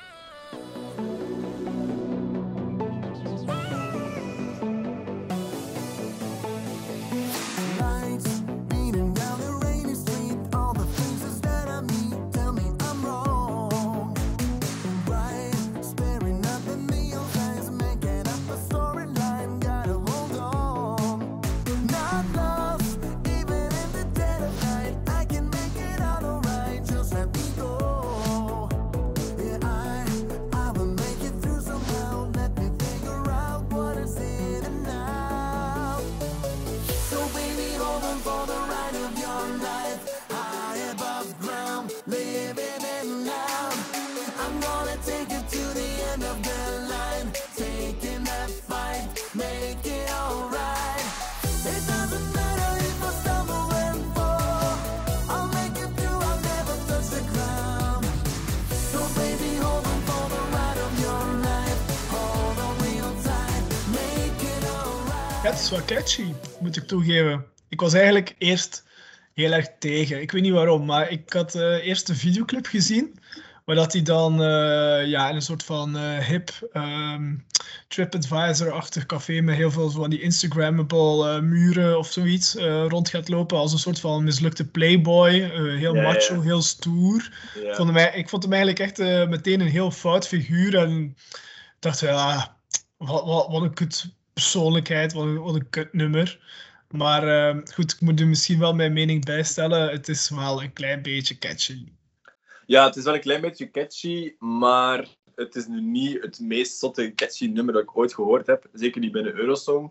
Ja, het is wel catchy, moet ik toegeven. Ik was eigenlijk eerst heel erg tegen. Ik weet niet waarom, maar ik had uh, eerst een videoclip gezien, waar dat hij dan uh, ja, in een soort van uh, hip um, TripAdvisor-achtig café met heel veel van die Instagrammable uh, muren of zoiets uh, rond gaat lopen als een soort van mislukte playboy. Uh, heel ja, macho, ja. heel stoer. Ja. Vond hem, ik vond hem eigenlijk echt uh, meteen een heel fout figuur en dacht, ja, wat, wat, wat een kut persoonlijkheid, wat een, wat een kutnummer. Maar uh, goed, ik moet er misschien wel mijn mening bijstellen. Het is wel een klein beetje catchy. Ja, het is wel een klein beetje catchy, maar het is nu niet het meest zotte catchy nummer dat ik ooit gehoord heb. Zeker niet binnen Eurosong.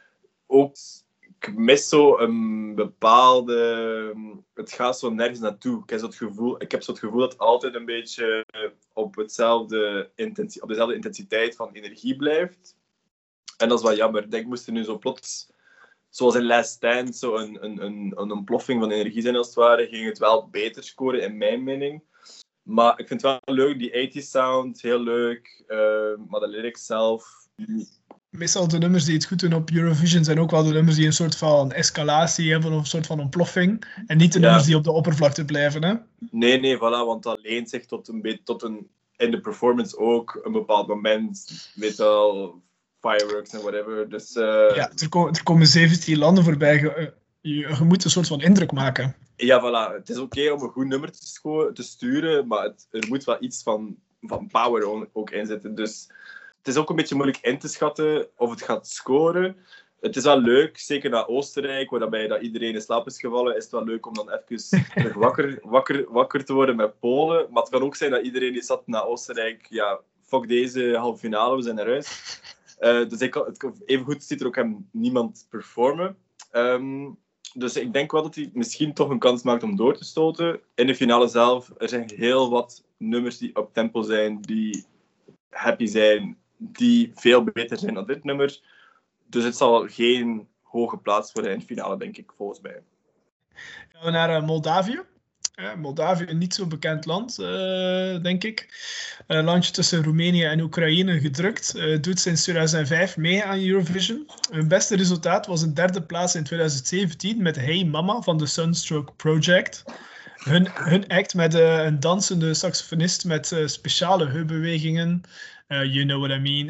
Ook, ik mis zo een bepaalde... Het gaat zo nergens naartoe. Ik heb zo het gevoel, ik heb zo het gevoel dat het altijd een beetje op, hetzelfde intensi- op dezelfde intensiteit van energie blijft. En dat is wel jammer. Ik denk, moest er nu zo plots, zoals in Last Stand, zo een, een, een, een ontploffing van energie zijn als het ware, ging het wel beter scoren, in mijn mening. Maar ik vind het wel leuk, die tachtig sound, heel leuk. Uh, maar de lyrics zelf... Meestal de nummers die het goed doen op Eurovision zijn ook wel de nummers die een soort van escalatie hebben of een soort van ontploffing. En niet de Ja. nummers die op de oppervlakte blijven, hè? Nee, nee, voilà, want dat leent zich tot een beetje, tot een, in de performance ook, een bepaald moment, weet wel, fireworks en whatever. Dus, uh, Ja, er, ko- er komen zeventien landen voorbij. Je, je, je moet een soort van indruk maken. ja, voilà. Het is oké om een goed nummer te, sco- te sturen, maar het, er moet wel iets van, van power on- ook in zitten. Dus het is ook een beetje moeilijk in te schatten of het gaat scoren. Het is wel leuk, zeker na Oostenrijk, waarbij dat iedereen in slaap is gevallen, is het wel leuk om dan even terug wakker, wakker, wakker te worden met Polen. Maar het kan ook zijn dat iedereen die zat na Oostenrijk, ja, fuck deze halve finale, we zijn naar huis. Uh, dus ik, kan- het, kan- evengoed ziet er ook hem niemand performen. Um, dus ik denk wel dat hij misschien toch een kans maakt om door te stoten. In de finale zelf, er zijn heel wat nummers die op tempo zijn, die happy zijn, die veel beter zijn dan dit nummer. Dus het zal geen hoge plaats worden in de finale, denk ik, volgens mij. Gaan we naar uh, Moldavië. Uh, Moldavië, een niet zo bekend land, uh, denk ik. Een landje tussen Roemenië en Oekraïne gedrukt. Uh, doet sinds tweeduizend vijf mee aan Eurovision. Hun beste resultaat was een derde plaats in tweeduizend zeventien met Hey Mama van de Sunstroke Project. hun, hun act met uh, een dansende saxofonist met uh, speciale heupbewegingen. Uh, you know what I mean.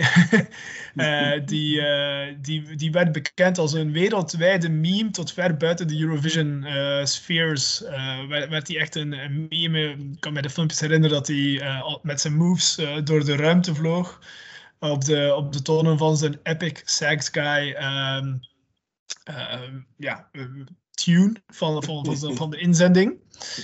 uh, die, uh, die, die werd bekend als een wereldwijde meme tot ver buiten de Eurovision-spheres. Uh, uh, werd, werd hij echt een, een meme. Ik kan me de filmpjes herinneren dat hij uh, met zijn moves uh, door de ruimte vloog. Op de, op de tonen van zijn epic sax guy um, uh, ja, uh, tune van, van, van, de, van de inzending.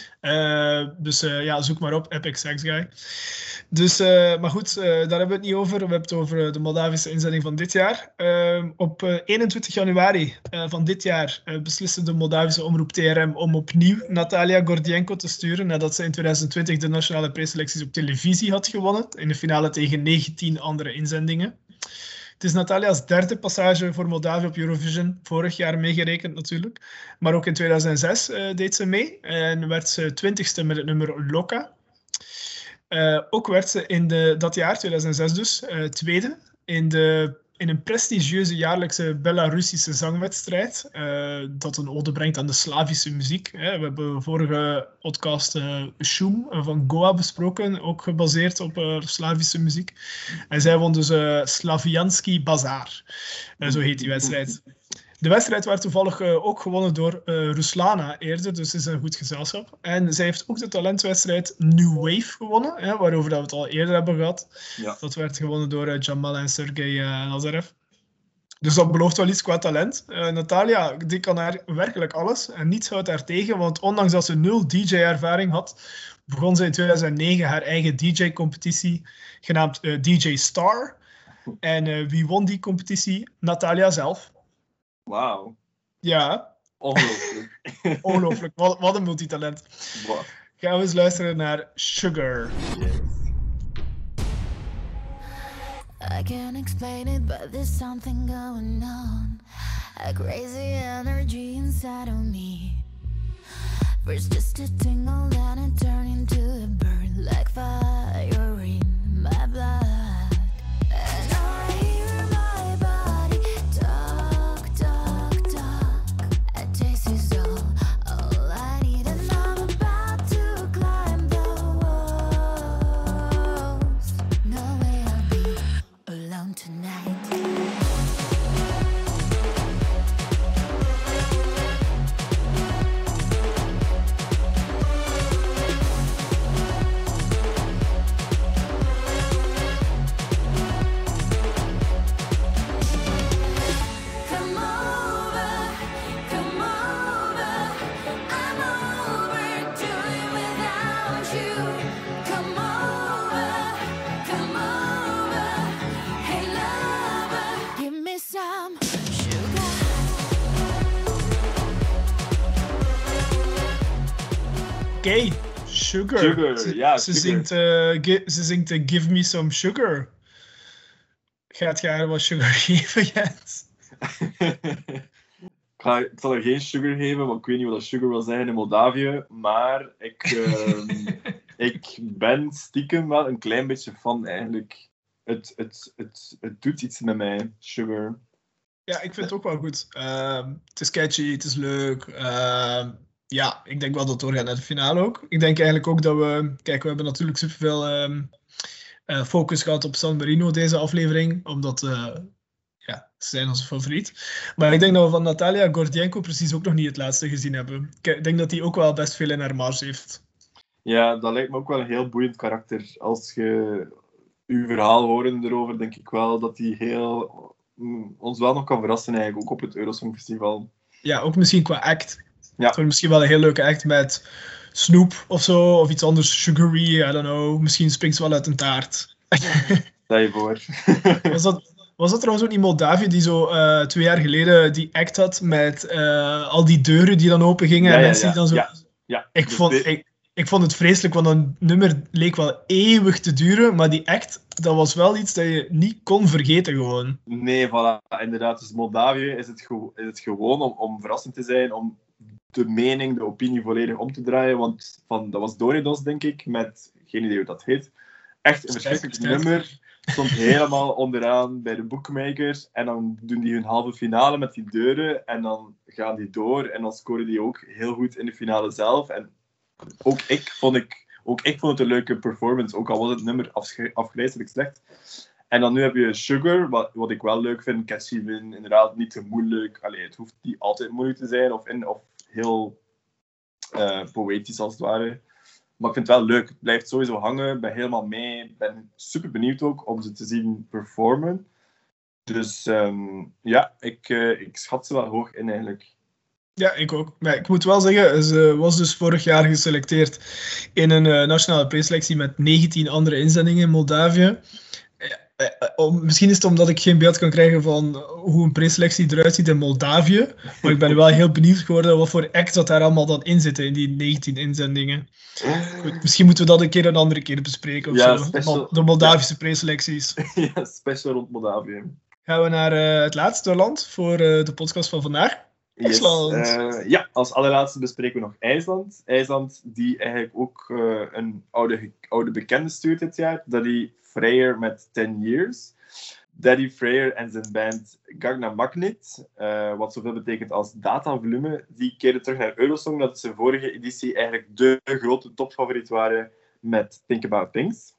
Uh, dus uh, ja, zoek maar op, epic sax guy. Dus, uh, maar goed, uh, daar hebben we het niet over. We hebben het over de Moldavische inzending van dit jaar. Uh, op uh, eenentwintig januari uh, van dit jaar uh, besliste de Moldavische omroep T R M om opnieuw Natalia Gordienko te sturen, nadat ze in twintig twintig de nationale preselecties op televisie had gewonnen, in de finale tegen negentien andere inzendingen. Het is Natalia's derde passage voor Moldavië op Eurovision, vorig jaar meegerekend natuurlijk. Maar ook in tweeduizend zes uh, deed ze mee en werd ze twintigste met het nummer Loka. Uh, ook werd ze in de, dat jaar, tweeduizend zes dus, uh, tweede in, de, in een prestigieuze jaarlijkse Belarussische zangwedstrijd, uh, dat een ode brengt aan de Slavische muziek. Hè. We hebben vorige podcast uh, Shum van Goa besproken, ook gebaseerd op uh, Slavische muziek. En zij won dus uh, Slavianski Bazaar, uh, zo heet die wedstrijd. De wedstrijd werd toevallig uh, ook gewonnen door uh, Ruslana eerder, dus het is een goed gezelschap. En zij heeft ook de talentwedstrijd New Wave gewonnen, hè, waarover dat we het al eerder hebben gehad. Ja. Dat werd gewonnen door uh, Jamal en Sergei uh, Lazarev. Dus dat belooft wel iets qua talent. Uh, Natalia, die kan haar werkelijk alles en niets houdt haar tegen, want ondanks dat ze nul D J-ervaring had, begon ze in tweeduizend negen haar eigen D J-competitie, genaamd uh, D J Star. En uh, wie won die competitie? Natalia zelf. Wauw. Ja. Ongelooflijk. Ongelooflijk. Wat, wat een multitalent. Wow. Gaan we eens luisteren naar Sugar. Yes. I can't explain it, but there's something going on. A crazy energy inside of me. First just a tingle, then it turned into a burn like fire in my blood. And I hear my body talk, talk, talk. A taste is all, all I need, and I'm about to climb the walls. No way I'll be alone tonight. Come over, come over. I'm overdoing without you. Come over, come over. Hey lover, give me some sugar. Oké, Sugar. Sugar, Ze, ja, ze, sugar. zingt, uh, gi- ze zingt uh, Give Me Some Sugar. Gaat je haar wat sugar geven, Jens? ik, ga, ik zal er geen sugar geven, want ik weet niet wat dat sugar wil zijn in Moldavië. Maar ik, ehm, ik ben stiekem wel een klein beetje van eigenlijk. Het, het, het, het doet iets met mij, sugar. Ja, ik vind het ook wel goed. Ehm, het is catchy, het is leuk. Ehm, ja, ik denk wel dat het doorgaat naar de finale ook. Ik denk eigenlijk ook dat we... Kijk, we hebben natuurlijk superveel ehm eh, focus gehad op San Marino deze aflevering. Omdat... eh, ja, ze zijn onze favoriet. Maar ik denk dat we van Natalia Gordienko precies ook nog niet het laatste gezien hebben. Ik ik denk dat hij ook wel best veel in haar marge heeft. Ja, dat lijkt me ook wel een heel boeiend karakter. Als je uw verhaal horen erover, denk ik wel dat hij heel, mm, ons wel nog kan verrassen eigenlijk, ook op het Eurosongfestival. Ja, ook misschien qua act. Ja. Het wordt misschien wel een heel leuke act met Snoop of zo, of iets anders, sugary, I don't know. Misschien springt ze wel uit een taart. Stel je voor. Was dat, was dat trouwens ook niet Moldavië die zo eh, twee jaar geleden die act had met eh, al die deuren die dan open gingen Ja, en ja, mensen ja. die dan zo... Ja, ja. Ik, Dus vond, dit- ik, ik vond het vreselijk, want een nummer leek wel eeuwig te duren, maar die act, dat was wel iets dat je niet kon vergeten gewoon. Nee, voilà, inderdaad. Dus Moldavië is het, ge- is het gewoon om, om verrassend te zijn, om de mening, de opinie volledig om te draaien. Want van, dat was Doridos, denk ik, met geen idee hoe dat heet. Echt een verschrikkelijk Sterk. nummer. Stond helemaal onderaan bij de bookmakers. En dan doen die hun halve finale met die deuren. En dan gaan die door. En dan scoren die ook heel goed in de finale zelf. En ook ik vond, ik, ook ik vond het een leuke performance, ook al was het nummer afsch- afgrijzelijk slecht. En dan nu heb je Sugar, wat, wat ik wel leuk vind, catchy vind, inderdaad niet te moeilijk. Allee, het hoeft niet altijd moeilijk te zijn of, in, of heel uh, poëtisch als het ware. Maar ik vind het wel leuk. Het blijft sowieso hangen, ik ben helemaal mee. Ik ben super benieuwd ook om ze te zien performen. Dus um, ja, ik, uh, ik schat ze wel hoog in eigenlijk. Ja, ik ook. Maar ik moet wel zeggen, ze was dus vorig jaar geselecteerd in een uh, nationale preselectie met negentien andere inzendingen in Moldavië. Uh, uh, om, misschien is het omdat ik geen beeld kan krijgen van hoe een preselectie eruit ziet in Moldavië. Maar ik ben wel heel benieuwd geworden wat voor act dat daar allemaal dan in zitten in die negentien inzendingen. Goed, misschien moeten we dat een keer een andere keer bespreken of Ja, zo. special- De Moldavische preselecties. Ja, special rond Moldavië. Gaan we naar uh, het laatste land voor uh, de podcast van vandaag. Yes. IJsland. Uh, ja, als allerlaatste bespreken we nog IJsland. IJsland die eigenlijk ook uh, een oude, oude bekende stuurt dit jaar. Daddy Freyr met ten years. Daddy Freyr en zijn band Gagna Magnet, uh, wat zoveel betekent als datavolume, die keerden terug naar Eurosong, dat ze vorige editie eigenlijk de grote topfavoriet waren met Think About Things.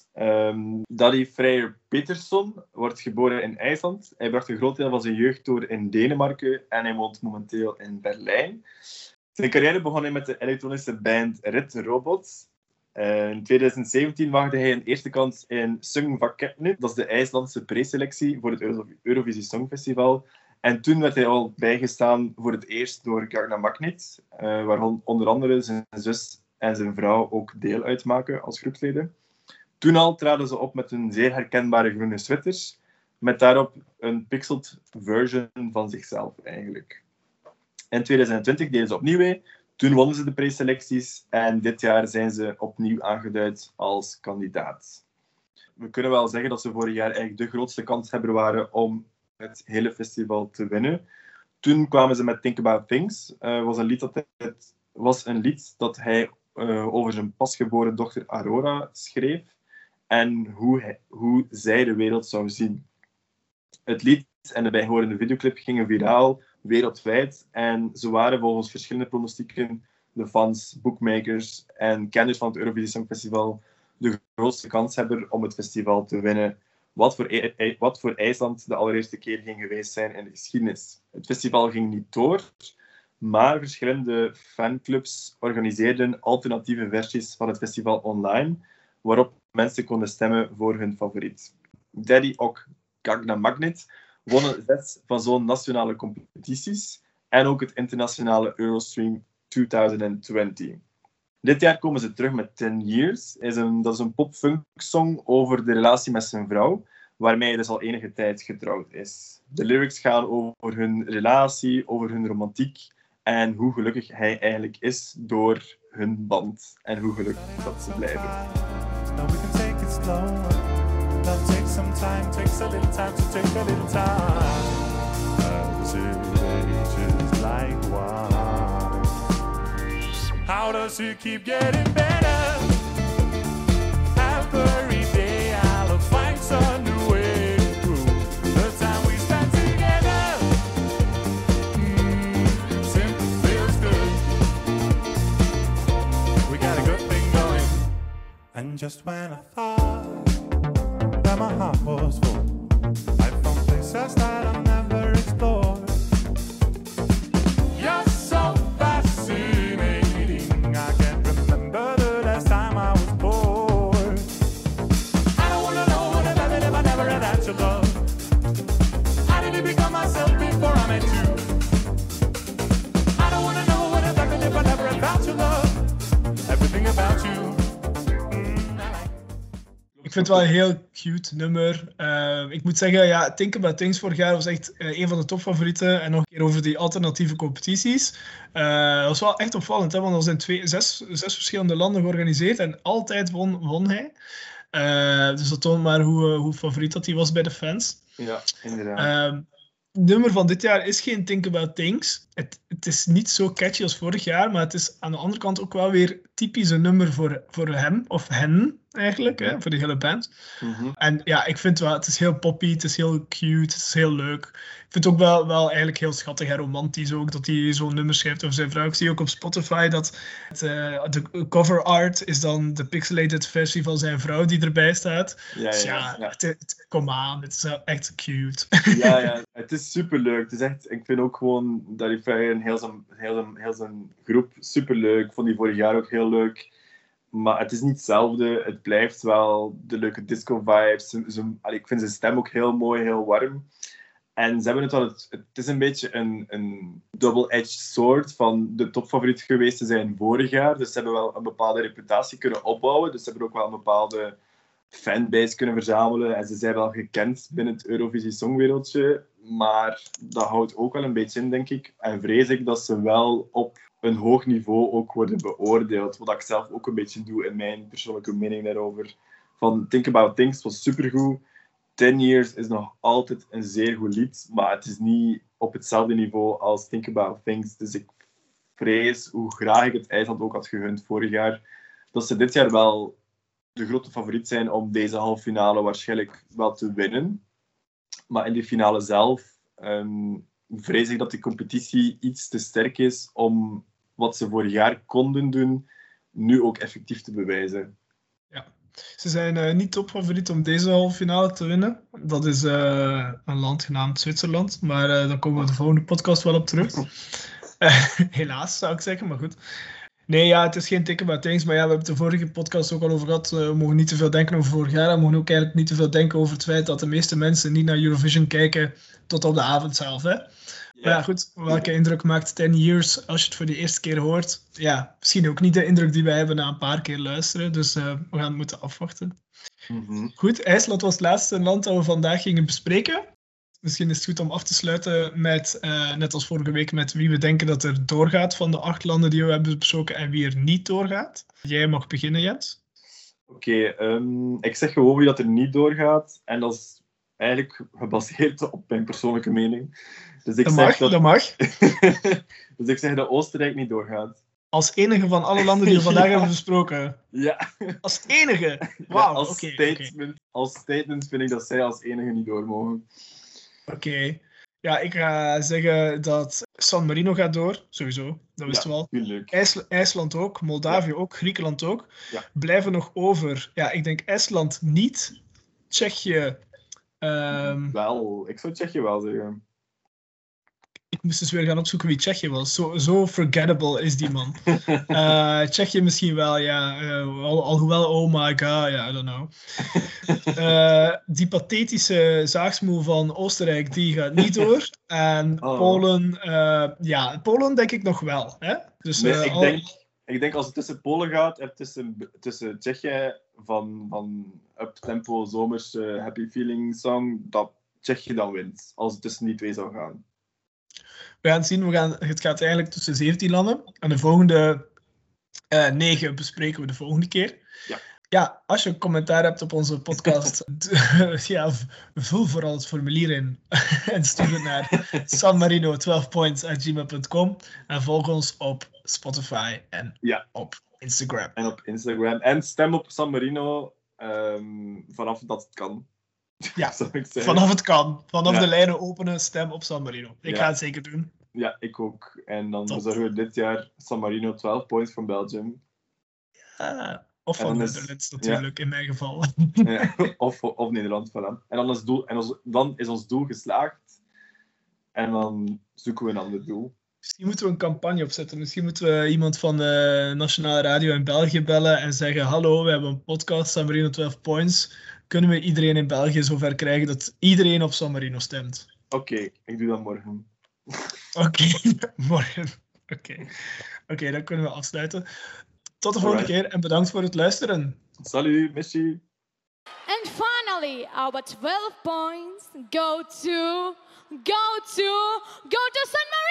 Um, Daddy Freyr Peterson wordt geboren in IJsland. Hij bracht een groot deel van zijn jeugd door in Denemarken en hij woont momenteel in Berlijn. Zijn carrière begon hij met de elektronische band Red Robot. Uh, in twintig zeventien waagde hij een eerste kans in Sungvaketnu. Dat is de IJslandse preselectie voor het Euro- Eurovisie Songfestival. En toen werd hij al bijgestaan voor het eerst door Gagna Magnet, uh, waar onder andere zijn zus en zijn vrouw ook deel uitmaken als groepsleden. Toen al traden ze op met hun zeer herkenbare groene sweaters, met daarop een pixeled version van zichzelf eigenlijk. In twintig twintig deden ze opnieuw mee. Toen wonnen ze de preselecties en dit jaar zijn ze opnieuw aangeduid als kandidaat. We kunnen wel zeggen dat ze vorig jaar eigenlijk de grootste kanshebber waren om het hele festival te winnen. Toen kwamen ze met Think About Things. Uh, was een lied dat het was een lied dat hij uh, over zijn pasgeboren dochter Aurora schreef en hoe, hij, hoe zij de wereld zou zien. Het lied en de bijhorende videoclip gingen viraal wereldwijd en ze waren volgens verschillende pronostieken de fans, bookmakers en kenners van het Eurovisie Songfestival de grootste kanshebber om het festival te winnen, wat voor, I- wat voor IJsland de allereerste keer ging geweest zijn in de geschiedenis. Het festival ging niet door, maar verschillende fanclubs organiseerden alternatieve versies van het festival online, waarop mensen konden stemmen voor hun favoriet. Daddy ook Gagna Magnet wonnen zes van zo'n nationale competities en ook het internationale Eurostream twintig twintig. Dit jaar komen ze terug met ten years. Is een, dat is een pop-funk-song over de relatie met zijn vrouw, waarmee hij dus al enige tijd getrouwd is. De lyrics gaan over hun relatie, over hun romantiek en hoe gelukkig hij eigenlijk is door hun band en hoe gelukkig dat ze blijven. Now we can take it slow. Love takes some time, takes a little time to take a little time. As it ages like wine. How does it keep getting better? Every day I'll find some new way through the time we spend together. Mm, simply feels good. We got a good thing going. And just when I thought that my heart was full, I found places that I never explored. You're so fascinating, I can't remember the last time I was bored. I don't wanna know what I've ever, if I never had had your love. I didn't become myself before I met you. I don't wanna know what I've ever, if I never had had your love. Everything about you. Ik vind het wel een heel cute nummer. Uh, ik moet zeggen, ja, Think About Things vorig jaar was echt uh, een van de topfavorieten. En nog een keer over die alternatieve competities. Uh, dat was wel echt opvallend, hè, want dat was in twee, zes, zes verschillende landen georganiseerd. En altijd won, won hij. Uh, dus dat toont maar hoe, uh, hoe favoriet dat hij was bij de fans. Ja, inderdaad. Uh, het nummer van dit jaar is geen Think About Things. het, het is niet zo catchy als vorig jaar, maar het is aan de andere kant ook wel weer typisch een nummer voor, voor hem, of hen eigenlijk, hè, voor de hele band. Mhm. En ja, ik vind wel, het is heel poppy, het is heel cute, het is heel leuk. Ik vind het ook wel, wel eigenlijk heel schattig en romantisch ook, dat hij zo'n nummer schrijft over zijn vrouw. Ik zie ook op Spotify dat het, uh, de cover art is dan de pixelated versie van zijn vrouw die erbij staat. Ja, Dus ja, ja, ja. Het, het, kom aan, het is wel echt cute. Ja, ja, het is superleuk. Het is echt, ik vind ook gewoon Dario Freire en heel zijn, heel zijn, heel zijn groep superleuk. Ik vond die vorig jaar ook heel leuk. Maar het is niet hetzelfde. Het blijft wel de leuke disco-vibes. Ze- ze- allee, ik vind zijn stem ook heel mooi, heel warm. En ze hebben het wel... Het, het is een beetje een, een double-edged sword van de topfavoriet geweest te zijn vorig jaar. Dus ze hebben wel een bepaalde reputatie kunnen opbouwen. Dus ze hebben ook wel een bepaalde fanbase kunnen verzamelen. En ze zijn wel gekend binnen het Eurovisie Songwereldje. Maar dat houdt ook wel een beetje in, denk ik. En vrees ik dat ze wel op een hoog niveau ook worden beoordeeld. Wat ik zelf ook een beetje doe in mijn persoonlijke mening daarover. Van Think About Things was supergoed. Ten Years is nog altijd een zeer goed lied. Maar het is niet op hetzelfde niveau als Think About Things. Dus ik vrees, hoe graag ik het IJsland ook had gegund vorig jaar, dat ze dit jaar wel de grote favoriet zijn om deze halve finale waarschijnlijk wel te winnen. Maar in die finale zelf ehm, vrees ik dat die competitie iets te sterk is om wat ze vorig jaar konden doen, nu ook effectief te bewijzen. Ze zijn uh, niet topfavoriet om deze halve finale te winnen. Dat is uh, een land genaamd Zwitserland. Maar uh, daar komen we de volgende podcast wel op terug. Uh, helaas, zou ik zeggen, maar goed. Nee, ja, het is geen Think About Things. Maar ja, we hebben het de vorige podcast ook al over gehad. Uh, we mogen niet te veel denken over vorig jaar. We mogen ook eigenlijk niet te veel denken over het feit dat de meeste mensen niet naar Eurovision kijken tot op de avond zelf, hè. Maar ja, goed, welke indruk maakt Ten Years als je het voor de eerste keer hoort? Ja, misschien ook niet de indruk die wij hebben na een paar keer luisteren. Dus uh, we gaan het moeten afwachten. Mhm. Goed, IJsland was het laatste land dat we vandaag gingen bespreken. Misschien is het goed om af te sluiten met, uh, net als vorige week, met wie we denken dat er doorgaat van de acht landen die we hebben besproken en wie er niet doorgaat. Jij mag beginnen, Jens. Oké, ehm, ik zeg gewoon wie dat er niet doorgaat. En dat is eigenlijk gebaseerd op mijn persoonlijke mening. Dus ik Dat zeg mag, dat... dat mag. dus ik zeg dat Oostenrijk niet doorgaat. Als enige van alle landen die we vandaag hebben besproken. Ja, Als enige. ja, Wauw, als, oké. statement, als statement vind ik dat zij als enige niet door mogen. Oké. Ja, ik ga zeggen dat San Marino gaat door. Sowieso, dat wisten we al. Tuurlijk. IJsl- IJsland ook, Moldavië ook, Griekenland ook. Ja. Blijven nog over. Ja, ik denk IJsland niet. Tsjechië. ehm, Wel, ik zou Tsjechië wel zeggen. ik moest dus weer gaan opzoeken wie Tsjechië was. Zo, zo forgettable is die man. Eh Tsjechië misschien wel, ja. Eh, al, alhoewel, oh my god, ja, I don't know. Eh, die pathetische zaagsmoe van Oostenrijk, die gaat niet door. En Oh. Polen, eh, ja, Polen denk ik nog wel. Hè? Dus, Nee, eh, ik al- denk, ik denk als het tussen Polen gaat en tussen, tussen Tsjechië van, van up-tempo zomers eh, happy feeling song, dat Tsjechië dan wint. Als het tussen die twee zou gaan. We gaan het zien, we gaan, het gaat eigenlijk tussen zeventien landen. En de volgende eh negen bespreken we de volgende keer. Ja. Ja, als je een commentaar hebt op onze podcast, d- ja, v- vul vooral het formulier in en stuur het naar sanmarino twaalf points at gmail dot com en volg ons op Spotify en Ja. op Instagram. En op Instagram. En stem op San Marino ehm, vanaf dat het kan. Ja, zou ik zeggen. vanaf het kan. Vanaf Ja. de lijnen openen, stem op San Marino. Ik Ja. ga het zeker doen. Ja, ik ook. En dan Top. zorgen we dit jaar San Marino twaalf points van Belgium. Ah, of En van dan is- Netherlands natuurlijk, in mijn geval. Ja, of, of Nederland, voilà. En, dan is, doel, en ons, dan is ons doel geslaagd. En dan zoeken we een ander doel. Misschien moeten we een campagne opzetten. Misschien moeten we iemand van de Nationale Radio in België bellen en zeggen: hallo, we hebben een podcast, San Marino twaalf points. Kunnen we iedereen in België zover krijgen dat iedereen op San Marino stemt? Oké, ik doe dat morgen. Oké, morgen. Oké, Oké, dan kunnen we afsluiten. Tot de volgende Alright. keer en bedankt voor het luisteren. Salut, Messi. And finally, our twelve points go to, go to, go to San Marino!